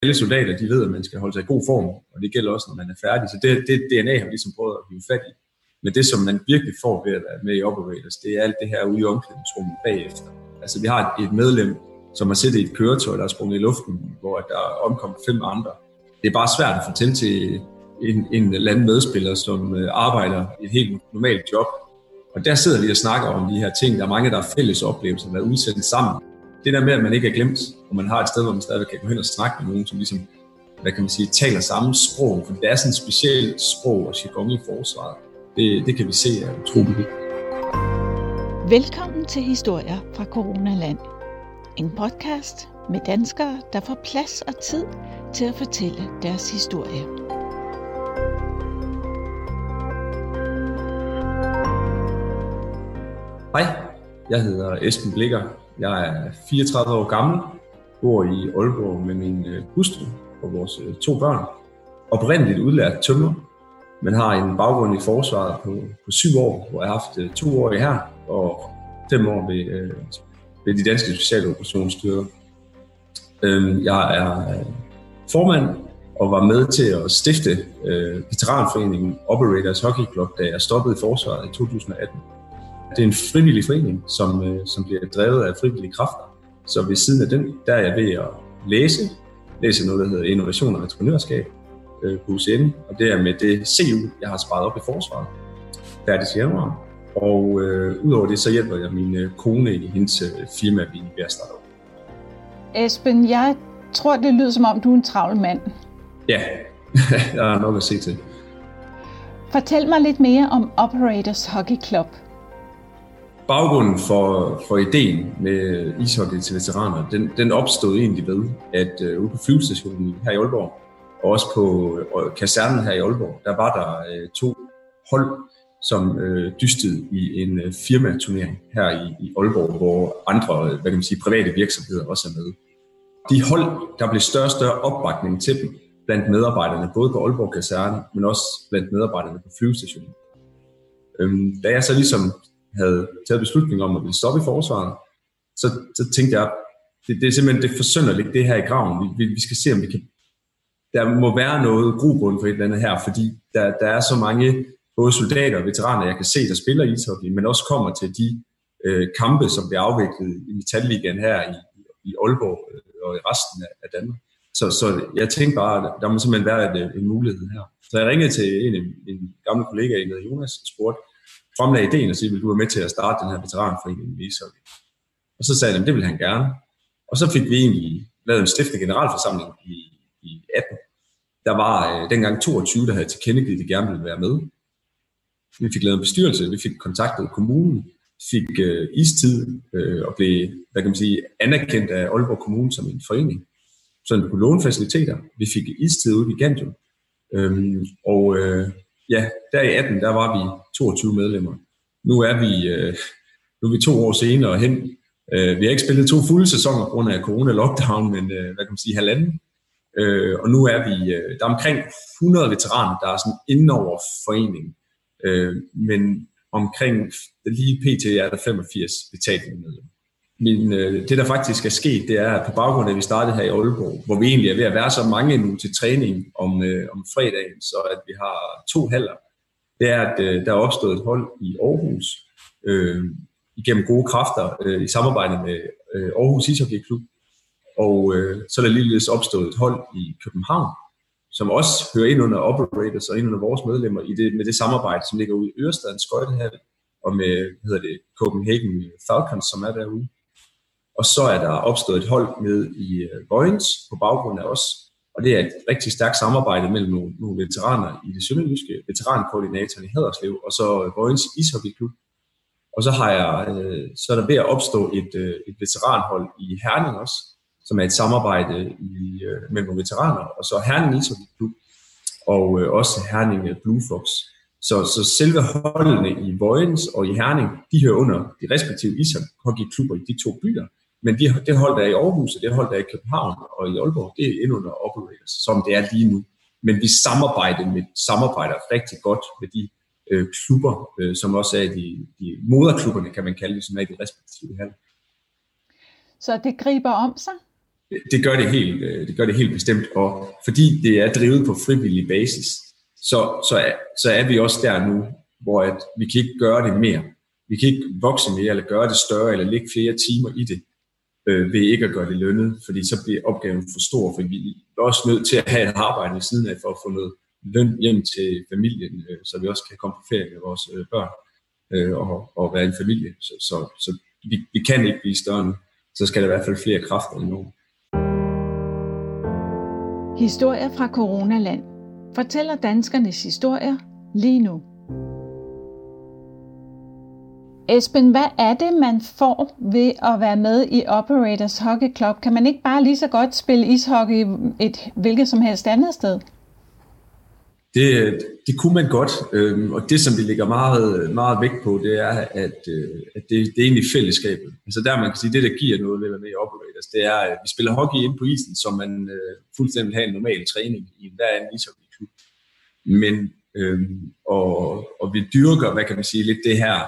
alle soldater, de ved, at man skal holde sig i god form, og det gælder også, når man er færdig. Så det DNA har vi ligesom prøvet at hive fat i. Men det, som man virkelig får ved at være med i Operators, det er alt det her ude i omklædningsrummet bagefter. Altså, vi har et medlem, som har siddet i et køretøj, der er sprunget i luften, hvor der er omkommet 5 andre. Det er bare svært at fortælle til en eller anden medspiller, som arbejder i et helt normalt job. Og der sidder vi og snakker om de her ting. Der er mange, der er fælles oplevelser, der er udsendt sammen. Det der med, at man ikke er glemt, og man har et sted, hvor man stadig kan gå hen og snakke med nogen, som ligesom, hvad kan man sige, taler samme sprog. For det er sådan et specielt sprog og jargon i forsvaret. Det kan vi se er utroligt vigtigt. Velkommen til Historier fra Coronaland. En podcast med danskere, der får plads og tid til at fortælle deres historie. Hej, jeg hedder Esben Blikker. Jeg er 34 år gammel, bor i Aalborg med min hustru og vores 2 børn. Oprindeligt udlært tømrer, men har en baggrund i forsvaret på 7 år, hvor jeg har haft 2 år her og 5 år ved de danske specialoperationsstyrker. Jeg er formand og var med til at stifte veteranforeningen Operators Hockey Club, da jeg stoppede i forsvaret i 2018. Det er en frivillig forening, som bliver drevet af frivillige kræfter. Så ved siden af den, der er jeg ved at læse noget, der hedder Innovation og Entreprenørskab på UCN. Og det er med det CU, jeg har sparet op i forsvaret, færdig til januar. Og udover det, så hjælper jeg min kone i hendes firma, vi er ved at starte op. Esben, jeg tror, det lyder som om, du er en travl mand. Ja, jeg har nok at se til. Fortæl mig lidt mere om Operators Hockey Club. Baggrunden for ideen med ishockey til veteraner, den opstod egentlig ved, at ude på flyvestationen her i Aalborg, og også på kasernen her i Aalborg, der var der 2 hold, som dystede i en firmaturnering her i Aalborg, hvor andre, hvad kan man sige, private virksomheder også er med. De hold, der blev større og større opbakning til dem blandt medarbejderne, både på Aalborg kaserne, men også blandt medarbejderne på flyvestationen. Da jeg så ligesom havde taget beslutning om at ville stoppe i forsvaret, så tænkte jeg, det er simpelthen det forsønderligt, det her i graven. Vi skal se, om vi kan. Der må være noget grobund for et eller andet her, fordi der er så mange både soldater og veteraner, jeg kan se, der spiller ishockey, men også kommer til de kampe, som bliver afviklet i Metalligaen her i Aalborg og i resten af Danmark. Så jeg tænkte bare, der må simpelthen være en mulighed her. Så jeg ringede til en af mine gamle kollegaer, en af Jonas, og spurgte, fremlagde ideen og sige, vil du være med til at starte den her veteranforening i ishockey? Og så sagde han, det ville han gerne. Og så fik vi egentlig lavet en stiftende generalforsamling i 18. Der var dengang 22, der havde tilkendegivet, at de gerne ville være med. Vi fik lavet en bestyrelse, vi fik kontaktet kommunen, fik istid og blev, hvad kan man sige, anerkendt af Aalborg Kommune som en forening, så vi kunne låne faciliteter. Vi fik istid ude i Gigantium. Ja, der i 18, der var vi 22 medlemmer. Nu er vi 2 år senere hen. Vi har ikke spillet 2 fulde sæsoner på grund af corona-lockdown, men hvad kan man sige, 1,5. Og nu er vi, der er omkring 100 veteraner, der er sådan inden over foreningen. Men omkring, lige pt. Er der 85 betalte medlemmer. Men det, der faktisk er sket, det er, at på baggrund af, at vi startede her i Aalborg, hvor vi egentlig er ved at være så mange nu til træning om fredagen, så at vi har 2 haller, det er, at der er opstået et hold i Aarhus, igennem gode kræfter, i samarbejde med Aarhus Ishockey Klub, og så er der ligeledes opstået et hold i København, som også hører ind under Operators og ind under vores medlemmer med det samarbejde, som ligger ude i Ørestadens skøjtehal, og med, Copenhagen Falcons, som er derude. Og så er der opstået et hold med i Vojens på baggrund af os. Og det er et rigtig stærkt samarbejde mellem nogle veteraner i det sønderjyske, veterankoordinatoren i Haderslev, og så Vojens Ishockeyklub. Og så så er der ved at opstå et veteranhold i Herning også, som er et samarbejde mellem nogle veteraner, og så Herning Ishockeyklub, og også Herning Blue Fox. Så selve holdene i Vojens og i Herning, de hører under de respektive ishockeyklubber i de 2 byer. Men det hold, der er i Aarhus, og det hold, der er i København og i Aalborg, det er ind under Operators, som det er lige nu. Men vi samarbejder rigtig godt med de klubber, som også er de moderklubberne, kan man kalde det, som er i de respektive haller. Så det griber om sig? Det gør det helt bestemt, og fordi det er drevet på frivillig basis, så er vi også der nu, hvor at vi kan ikke gøre det mere. Vi kan ikke vokse mere, eller gøre det større, eller lægge flere timer i det, ved ikke at gøre det lønnet, fordi så bliver opgaven for stor, for vi er også nødt til at have et arbejde ved siden af, for at få noget løn hjem til familien, så vi også kan komme på ferie med vores børn, og være en familie. Så vi kan ikke blive større nu. Så skal der i hvert fald flere kræfter i nogen. Historier fra Coronaland fortæller danskernes historier lige nu. Esben, hvad er det, man får ved at være med i Operators Hockey Club? Kan man ikke bare lige så godt spille ishockey et hvilket som helst andet sted? Det kunne man godt, og det som vi lægger meget, meget vægt på, det er, at det er egentlig fællesskabet. Altså der man kan sige, det der giver noget ved at være med i Operators, det er, at vi spiller hockey inde på isen, som man fuldstændig har en normal træning i hver anden ishockeyklub. Men, og vi dyrker, hvad kan man sige, lidt det her,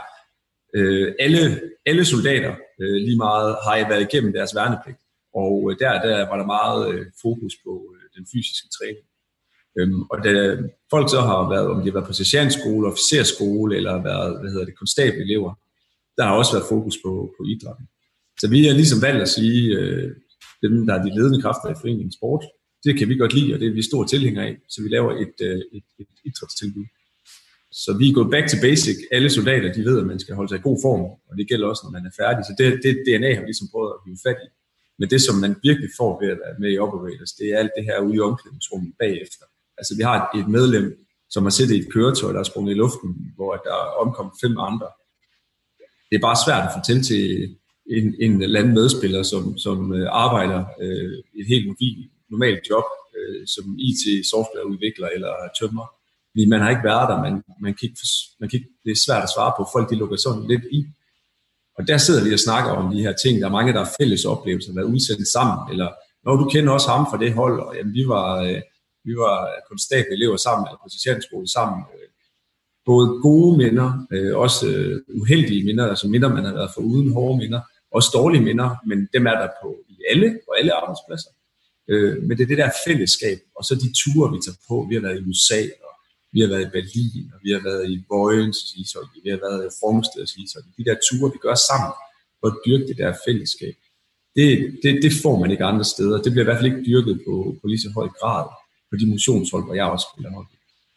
alle soldater lige meget har været igennem deres værnepligt, og der var der meget fokus på den fysiske træning. Og da folk så har været, om de har været på sergentskole, officerskole eller været konstabelelever, der har også været fokus på idrætten. Så vi har ligesom valgt at sige, dem der er de ledende kræfter i foreningen sport, det kan vi godt lide, og det er vi store tilhængere af, så vi laver et idrætstilbud. Så vi er gået back to basic. Alle soldater, de ved, at man skal holde sig i god form, og det gælder også, når man er færdig. Så det DNA har vi ligesom prøvet at blive fat i. Men det, som man virkelig får ved at være med i Operators, det er alt det her ude i omklædningsrummet bagefter. Altså, vi har et medlem, som har siddet i et køretøj, der er sprunget i luften, hvor der er omkommet 5 andre. Det er bare svært at fortælle til en eller anden medspiller, som arbejder et helt normalt job, som IT-softwareudvikler eller tømrer. Fordi man har ikke været der, man kan ikke, det er svært at svare på, folk de lukker sådan lidt i. Og der sidder vi og snakker om de her ting, der er mange, der er fælles oplevelser, at være udsendt sammen, eller når du kender også ham fra det hold, og jamen, vi var konstabelelever sammen, eller på sergentskole sammen. Både gode minder, også uheldige minder, altså minder, man har været for uden hårde minder, også dårlige minder, men dem er der på alle arbejdspladser. Men det er det der fællesskab, og så de ture, vi tager på. Vi har været i USA, og vi har været i Berlin, og vi har været i Vojens ishockey, vi har været i Fromsteds ishockey. De der ture, vi gør sammen for at dyrke det der fællesskab. Det får man ikke andre steder. Det bliver i hvert fald ikke dyrket på lige så høj grad på de motionshold, hvor jeg også spiller hockey.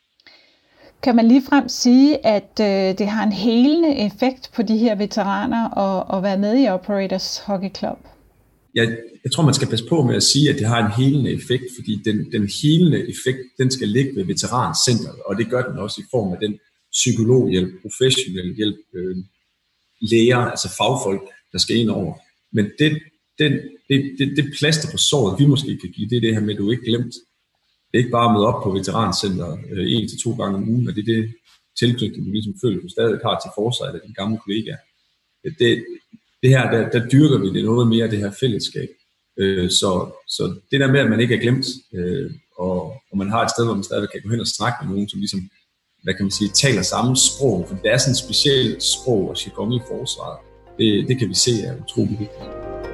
Kan man ligefrem sige, at det har en helende effekt på de her veteraner at være med i Operators Hockey Club? Jeg tror, man skal passe på med at sige, at det har en helende effekt, fordi den helende effekt, den skal ligge ved veterancenteret, og det gør den også i form af den psykologhjælp, professionel hjælp, læger, altså fagfolk, der skal ind over. Men det plaster på såret, vi måske kan give, det er det her med, at du ikke glemt. Det er ikke bare at møde op på veterancenteret 1 til 2 gange om ugen, og det er det tilknytning, du ligesom føler, du stadig har til forsvaret af dine gamle kollegaer. Det her, der dyrker vi det noget mere, det her fællesskab. Så det der med, at man ikke er glemt, og man har et sted, hvor man stadig kan gå hen og snakke med nogen, som ligesom, hvad kan man sige, taler samme sprog, for det er sådan et specielt sprog og jargon i forsvaret. Det kan vi se er utroligt vigtigt.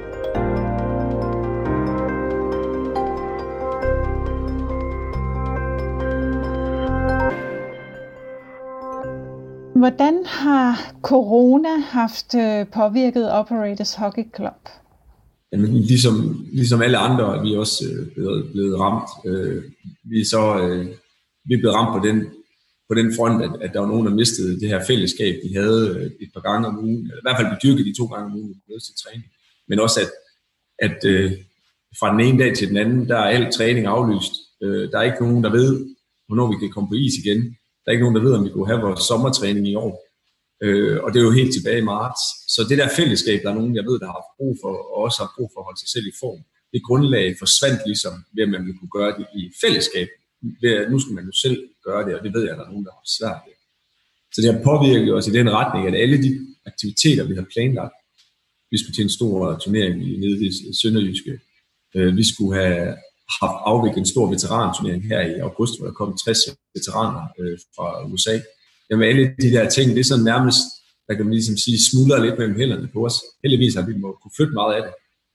Hvordan har corona haft påvirket Operators Hockey Club? Jamen, ligesom alle andre er vi også blevet ramt. Vi er blevet ramt på den front, at der var nogen, der mistede det her fællesskab, de havde et par gange om ugen. I hvert fald vi dyrkede de 2 gange om ugen til træning. Men også at fra den ene dag til den anden, der er al træning aflyst. Der er ikke nogen, der ved, hvornår vi kan komme på is igen. Der er ikke nogen, der ved, om vi kunne have vores sommertræning i år. Og det er jo helt tilbage i marts. Så det der fællesskab, der er nogen, jeg ved, der har haft brug for, og også har brug for at holde sig selv i form. Det grundlag forsvandt ligesom, ved at man ville kunne gøre det i fællesskab. Nu skal man jo selv gøre det, og det ved jeg, der er nogen, der har svært ved. Så det har påvirket os i den retning, at alle de aktiviteter, vi har planlagt, vi skulle til en stor turnering nede i Sønderjyske. Vi skulle have haft afviklet en stor veteranturnering her i august, hvor der kom 60 veteraner fra USA. Jamen alle de der ting, det er sådan nærmest, der kan man ligesom sige, smuldrer lidt mellem hænderne på os. Heldigvis har vi kunne flytte meget af det.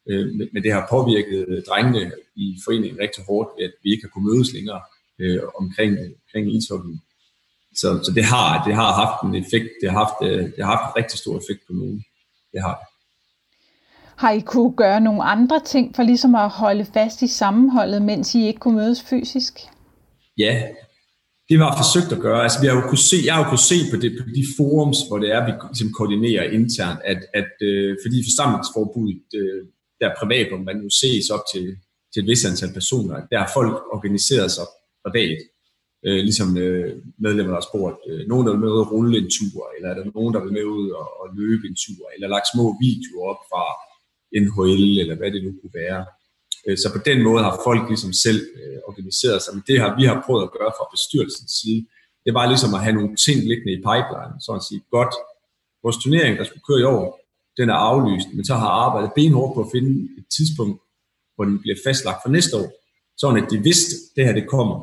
Men det har påvirket drengene i foreningen rigtig hårdt, at vi ikke har kunnet mødes længere omkring ishockeyen. Så det har haft en effekt. Det har haft en rigtig stor effekt på nogen. Det har det. Har I kunne gøre nogle andre ting for ligesom at holde fast i sammenholdet, mens I ikke kunne mødes fysisk? Ja, det var forsøgt at gøre. Altså, jeg har jo kunnet se på de forums, hvor det er, vi ligesom koordinerer internt, at fordi forsamlingsforbuddet, der er privat, hvor man jo ses op til et vis antal personer, der har folk organiseret sig privat. Ligesom medlemmer, der har spurgt, nogen der vil med ud og rulle en tur, eller er der nogen, der vil med ud og løbe en tur, eller lagt små videoer op fra NHL, eller hvad det nu kunne være. Så på den måde har folk ligesom selv organiseret sig, men det vi har prøvet at gøre fra bestyrelsens side, det var ligesom at have nogle ting liggende i pipeline, så at sige, godt, vores turnering, der skulle køre i år, den er aflyst, men så har arbejdet benhårdt på at finde et tidspunkt, hvor den bliver fastlagt for næste år, sådan at de vidste, at det her det kommer.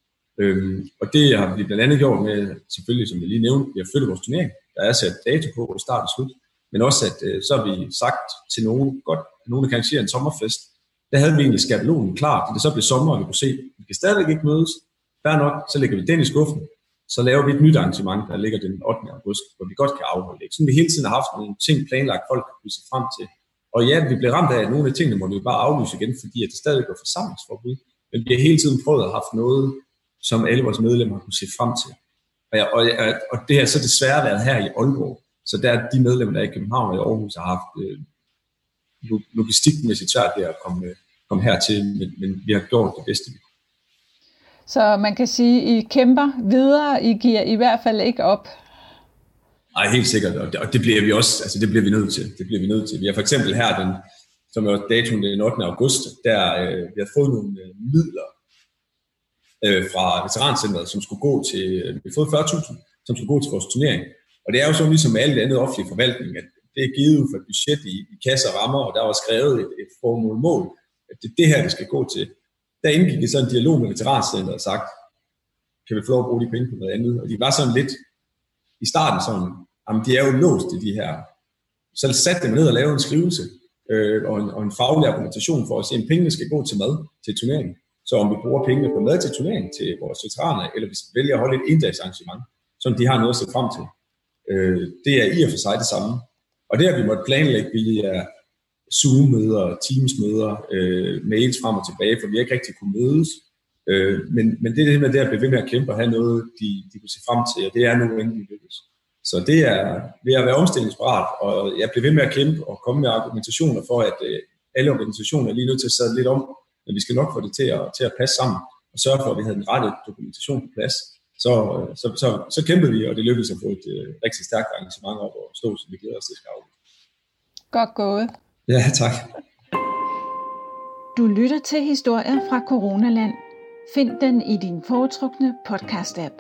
Og det har vi blandt andet gjort med, selvfølgelig som jeg lige nævnte, vi har flyttet vores turnering, der er sat dato på, hvor det starter og slut, men også at så har vi sagt til nogen, godt, nogen der kan arrangere en sommerfest, der havde vi egentlig skabelonen klar, til det så blev sommer, og vi kunne se, vi kan stadigvæk ikke mødes, fair nok, så lægger vi den i skuffen, så laver vi et nyt arrangement, der ligger den 8. august, hvor vi godt kan afholde det. Sådan vi hele tiden har haft nogle ting planlagt, folk kan se frem til. Og ja, vi blev ramt af, at nogle af tingene må vi bare aflyse igen, fordi at det stadig går forsamlingsforbud, men vi har hele tiden prøvet at have haft noget, som alle vores medlemmer har kunne se frem til. Og det har så desværre været her i Aalborg, så der er de medlemmer, der er i København og i Aarhus, har haft logistikmæssigt svært ved at komme hertil, men vi har gjort det bedste. Så man kan sige, at I kæmper videre, I giver i hvert fald ikke op. Nej, helt sikkert, og det bliver vi også, altså det bliver vi nødt til. Vi har for eksempel her, som er datoen den 8. august, der vi har fået nogle midler fra veterancenteret, som skulle gå til, vi har fået 40.000, som skulle gå til vores turnering. Og det er jo sådan ligesom med alt andet offentlig forvaltning, at det er givet for et budget i kasse og rammer, og der var skrevet et formål, at det er det her, det skal gå til. Der indgik i sådan en dialog med veterancenteret og sagt, kan vi få lov at bruge de penge på noget andet? Og de var sådan lidt i starten sådan, jamen de er jo låst i de her. Så satte dem ned og lavede en skrivelse og en faglig argumentation for at se, om pengene skal gå til mad til turneringen. Så om vi bruger pengene på mad til turneringen til vores veteraner, eller hvis vi vælger at holde et endagsarrangement, så de har noget at se frem til. Det er i og for sig det samme. Og det har vi måtte planlægge via Zoom-møder, Teams-møder, mails frem og tilbage, for vi har ikke rigtig kunne mødes. Men det er det med det at blive ved med at kæmpe og have noget, de kunne se frem til, og det er nu endelig lykkes. Så det er ved at være omstillingsparat, og jeg bliver ved med at kæmpe og komme med argumentationer for, at alle organisationer er lige nødt til at sætte lidt om, men vi skal nok få det til at passe sammen, og sørge for, at vi havde den rette dokumentation på plads. Så kæmpede vi, og det lykkedes at få et rigtig stærkt arrangement op og stå, som vi glæder os til at skave. Godt gået. Ja, tak. Du lytter til historier fra Coronaland. Find den i din foretrukne podcast-app.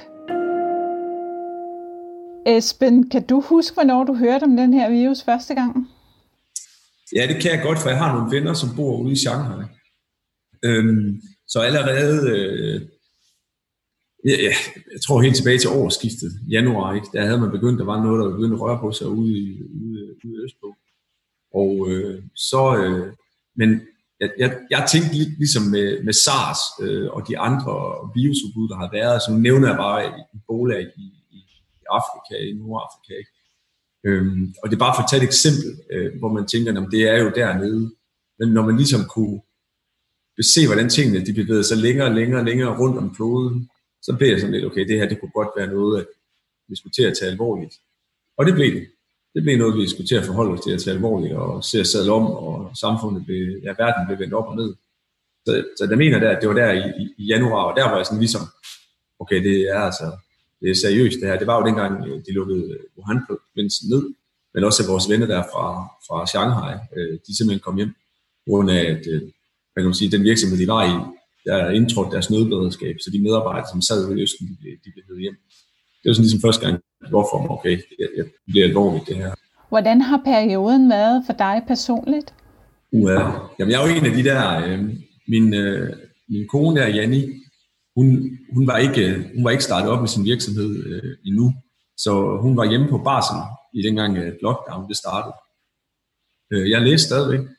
Esben, kan du huske, hvornår du hørte om den her virus første gang? Ja, det kan jeg godt, for jeg har nogle venner, som bor ude i Shanghai. Så allerede... jeg tror helt tilbage til årsskiftet, januar, ikke? Der havde man begyndt, der var noget, der begyndte at røre på sig ude i Østpå. Og men jeg tænkte lidt ligesom med SARS og de andre virusudbrud, der har været, så nu nævner jeg bare Ebola i Afrika, i Nordafrika, ikke? Og det er bare for at tage et eksempel, hvor man tænker, at det er jo dernede. Men når man ligesom kunne se, hvordan tingene de bevægede sig længere rundt om kloden, så blev jeg sådan lidt, okay, det her det kunne godt være noget, at vi skulle til at tage alvorligt. Og det blev det. Det blev noget, vi skulle til at forholde os til at tage alvorligt, og se at sadle om, og samfundet verden blev vendt op og ned. Så jeg mener der, at det var der i januar, og der var jeg sådan ligesom, okay, det er seriøst det her. Det var jo dengang, de lukkede Wuhan-provinsen ned, men også vores venner der fra Shanghai, de simpelthen kom hjem, på grund af, at man kan sige, den virksomhed, de var i, der indtrådte deres nødberedskab, så de medarbejdere, som sad ude i Østen, de blev hævet hjem. Det var sådan ligesom første gang, hvorfor okay, det bliver alvorligt det her. Hvordan har perioden været for dig personligt? Jamen jeg er jo en af de der, min kone der, Janni, hun var ikke startet op med sin virksomhed endnu, så hun var hjemme på barsel i dengang lockdown det startede. Jeg læste stadigvæk,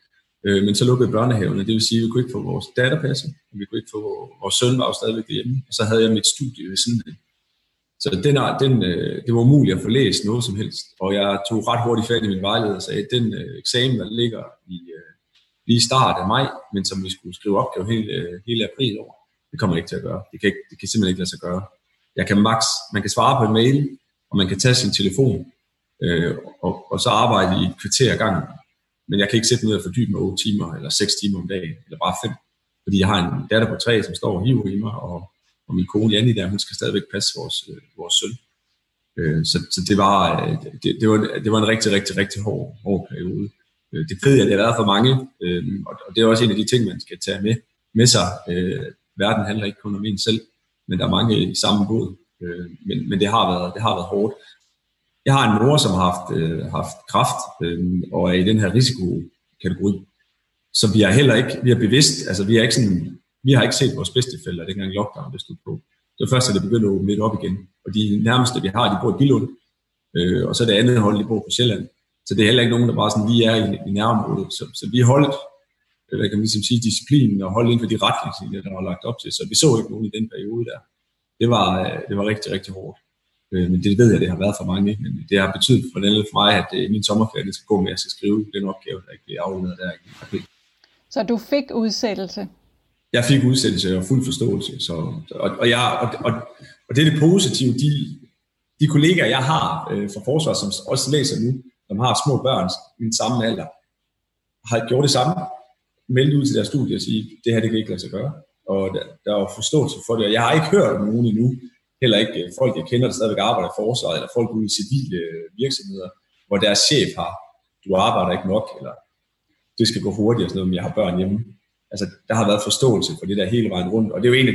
Men så lukkede børnehavene, det vil sige, at vi kunne ikke få vores datter passet, og vi kunne ikke få vores søn var jo stadigvæk derhjemme, og så havde jeg mit studie ved siden af. Så det var umuligt at få læst noget som helst, og jeg tog ret hurtigt fat i min vejleder og sagde, at den eksamen, der ligger lige i start af maj, men som vi skulle skrive opgave hele april over, det kommer ikke til at gøre. Det kan simpelthen ikke lade sig gøre. Man kan svare på en mail, og man kan tage sin telefon, og så arbejde i et kvarter ad gangen. Men jeg kan ikke sætte mig ned og fordybe mig 8 timer, eller 6 timer om dagen, eller bare 5. Fordi jeg har en datter på 3, som står og hiver i mig, og min kone Janni der, hun skal stadigvæk passe vores søn. Så det var en rigtig, rigtig, rigtig hård periode. Det ved jeg, det har været for mange, og det er også en af de ting, man skal tage med sig. Verden handler ikke kun om en selv, men der er mange i samme båd. Men det har været hårdt. Jeg har en mor, som har haft kræft, og er i den her risikokategori. Så vi har ikke set vores bedsteforældre, dengang lockdown blev stod på. Det var først, at det begyndte at åbne lidt op igen. Og de nærmeste, vi har, de bor i Billund, og så er det andet hold, de bor på Sjælland. Så det er heller ikke nogen, der bare sådan lige er i nærområdet. Så vi holdt, hvad kan man ligesom sige, disciplinen og holdt inden for de retningslinjer, der var lagt op til. Så vi så ikke nogen i den periode der. Det var rigtig, rigtig hårdt. Men det ved jeg, det har været for mange. Men det har betydet for mig, at min sommerferie skal gå med, at jeg skal skrive den opgave, der ikke bliver afleveret der i april. Så du fik udsættelse? Jeg fik udsættelse og fuld forståelse. Og det er det positive. De kollegaer, jeg har fra forsvaret, som også læser nu, som har små børn i min samme alder, har gjort det samme. Meldt ud til deres studie og sige, det her det kan ikke lade sig gøre. Og der er jo forståelse for det. Og jeg har ikke hørt om nogen endnu, heller ikke folk, jeg kender, der stadigvæk arbejder i forsvaret, eller folk ude i civile virksomheder, hvor deres chef har, du arbejder ikke nok, eller det skal gå hurtigt, og sådan noget, men jeg har børn hjemme. Altså, der har været forståelse for det der hele vejen rundt, og det er jo en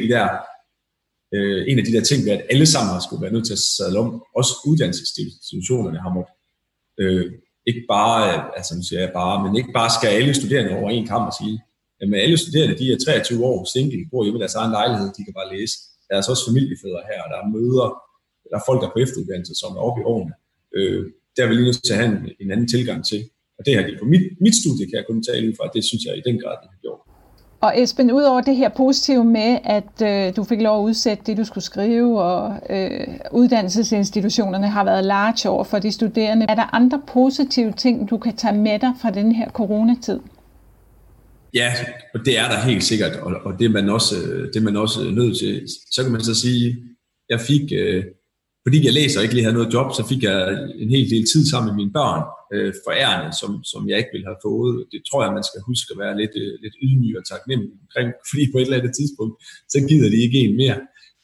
af de der ting, at alle sammen har skulle være nødt til at sadle om. Også uddannelsesinstitutionerne har måttet ikke bare, altså nu siger jeg bare, men ikke bare skal alle studerende over en kamp og sige, jamen alle studerende, de er 23 år single, bor hjemme i deres egen lejlighed, de kan bare læse. Der er altså også familiefædre her, og der er møder, der er folk, der er på efteruddannelse, som er oppe i årene. Der er vi lige nødt til at have en anden tilgang til. Og det har de på mit studie, kan jeg kun tale ud fra, det synes jeg i den grad, de har gjort. Og Esben, udover det her positive med, at du fik lov at udsætte det, du skulle skrive, og uddannelsesinstitutionerne har været large over for de studerende, er der andre positive ting, du kan tage med dig fra den her coronatid? Ja, og det er der helt sikkert, og det er man også nødt til. Så kan man så sige, jeg fik, fordi jeg læser og ikke lige havde noget job, så fik jeg en hel del tid sammen med mine børn, forærende, som jeg ikke ville have fået. Det tror jeg, man skal huske at være lidt ydmyg og taknemmelig omkring, fordi på et eller andet tidspunkt, så gider de ikke en mere.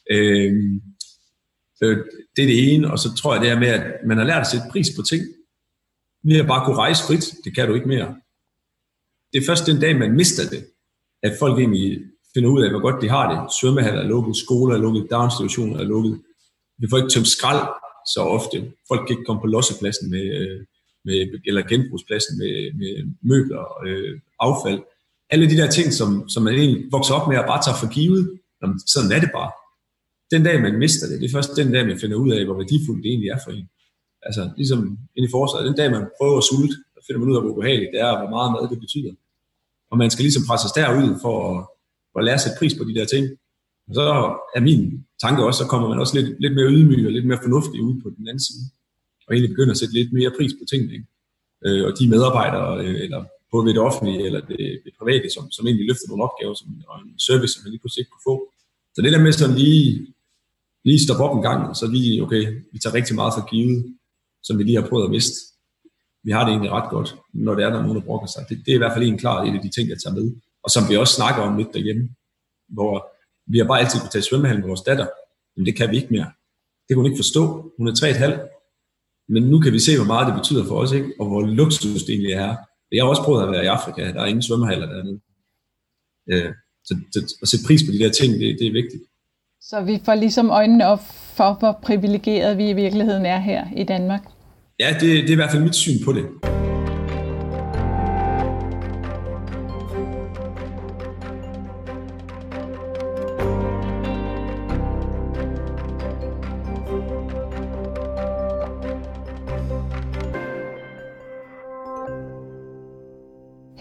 Det er det ene, og så tror jeg det her med, at man har lært at sætte pris på ting. Vi har bare kunne rejse frit, det kan du ikke mere. Det er først den dag, man mister det, at folk egentlig finder ud af, hvor godt de har det. Svømmehaller er lukket, skoler er lukket, daginstitutioner er lukket. Vi får ikke tømt skrald så ofte. Folk kan ikke komme på lossepladsen eller genbrugspladsen med møbler og affald. Alle de der ting, som man egentlig vokser op med og bare tager for givet, sådan er det bare. Den dag, man mister det, det er først den dag, man finder ud af, hvor værdifuldt det egentlig er for en. Altså, ligesom inde i forsvaret, den dag, man prøver at sulte, så finder man ud af, hvor ubehageligt det er, og hvor meget mad det betyder. Og man skal ligesom presses derud for at lære at sætte pris på de der ting. Og så er min tanke også, så kommer man også lidt mere ydmyg og lidt mere fornuftig ud på den anden side. Og egentlig begynder at sætte lidt mere pris på tingene. Og de medarbejdere, eller både ved det offentlige eller det private, som egentlig løfter nogle opgaver og en service, som man lige pludselig ikke kunne få. Så det der med sådan lige stoppe op en gang, og så lige, okay, vi tager rigtig meget for givet, som vi lige har prøvet at miste. Vi har det egentlig ret godt, når der er nogen, der brokker sig. Det er i hvert fald en af de ting, jeg tager med. Og som vi også snakker om lidt derhjemme, hvor vi har bare altid kunnet tage i svømmehallen med vores datter, men det kan vi ikke mere. Det kunne hun ikke forstå. Hun er 3,5. Men nu kan vi se, hvor meget det betyder for os, ikke? Og hvor luksus det egentlig er. Jeg har også prøvet at være i Afrika. Der er ingen svømmehaller dernede. Så at sætte pris på de der ting, det er vigtigt. Så vi får ligesom øjnene op for, hvor privilegeret vi i virkeligheden er her i Danmark. Ja, det er i hvert fald mit syn på det.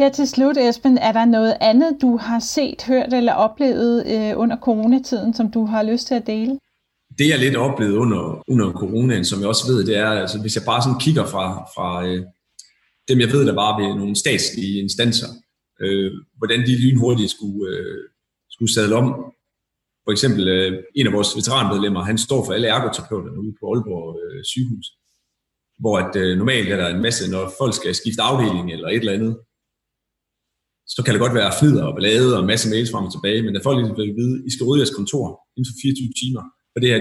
Her til slut, Esben, er der noget andet, du har set, hørt eller oplevet under coronatiden, som du har lyst til at dele? Det jeg lidt oplevede under coronaen, som jeg også ved, det er, altså hvis jeg bare sådan kigger fra dem jeg ved, der var ved nogle statslige instanser, hvordan de lynhurtigt skulle sadle om. For eksempel en af vores veteranmedlemmer, han står for alle ergoterapeuterne ude på Aalborg sygehus, hvor at normalt er der en masse, når folk skal skifte afdeling eller et eller andet, så kan det godt være flider og ballade og en masse mails frem og tilbage, men at folk vil vide, I skal rydde jeres kontor inden for 24 timer, for det her,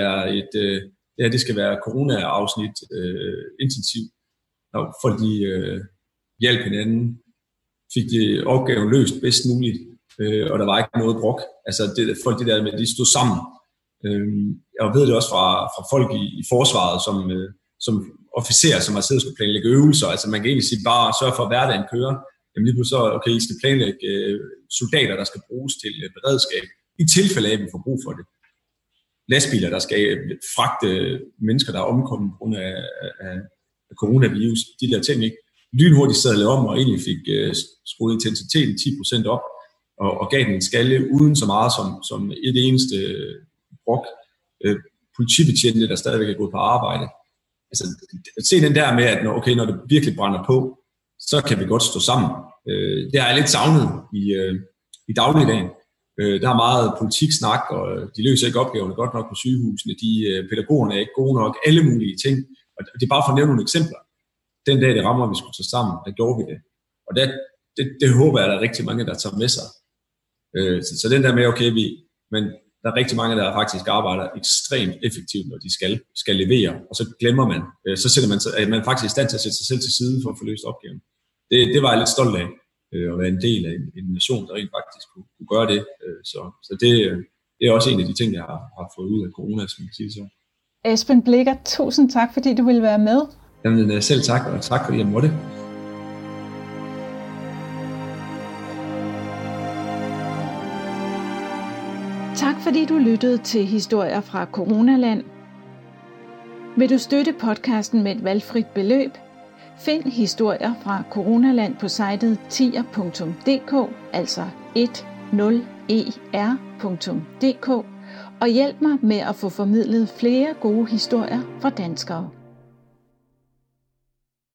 det skal være corona-afsnit intensivt, og folk de hjalp hinanden, fik de opgaven løst bedst muligt, og der var ikke noget brok. Altså folk det der med, de stod sammen. Jeg ved det også fra folk i forsvaret, som officerer, som har siddet og skulle planlægge øvelser. Altså man kan egentlig sige bare sørge for, at hverdagen kører. Jamen lige pludselig så, okay, I skal planlægge soldater, der skal bruges til beredskab, i tilfælde af, at vi får brug for det. Lastbiler, der skal fragte mennesker, der er omkommet på grund af coronavirus, de der ting, ikke? Lynhurtigt sadlede om, og egentlig fik skruet intensiteten 10% op, og gav den en skalle uden så meget som et eneste brok. Politibetjente, der stadigvæk er gået på arbejde. Altså, se den der med, at når det virkelig brænder på, så kan vi godt stå sammen. Det er lidt savnet i dagligdagen. Der er meget politiksnak, og de løser ikke opgaverne godt nok på sygehusene. Pædagogerne er ikke gode nok, alle mulige ting. Og det er bare for at nævne nogle eksempler. Den dag, det rammer, vi skulle tage sammen, der gjorde vi det. Og det håber jeg, at der er rigtig mange, der tager med sig. Så den der med, okay, men der er rigtig mange, der faktisk arbejder ekstremt effektivt, når de skal levere, og så glemmer man, så sætter man sig, at man faktisk er i stand til at sætte sig selv til side for at få løst opgaven. Det var jeg lidt stolt af, at være en del af en nation, der rent faktisk kunne gøre det. Så det er også en af de ting, jeg har fået ud af corona, som man kan sige så. Esben Blicher, tusind tak, fordi du ville være med. Jamen selv tak, og tak fordi jeg måtte. Tak fordi du lyttede til Historier fra Coronaland. Vil du støtte podcasten med et valgfrit beløb? Find historier fra Coronaland på sitet tier.dk, altså 10er.dk, og hjælp mig med at få formidlet flere gode historier fra danskere.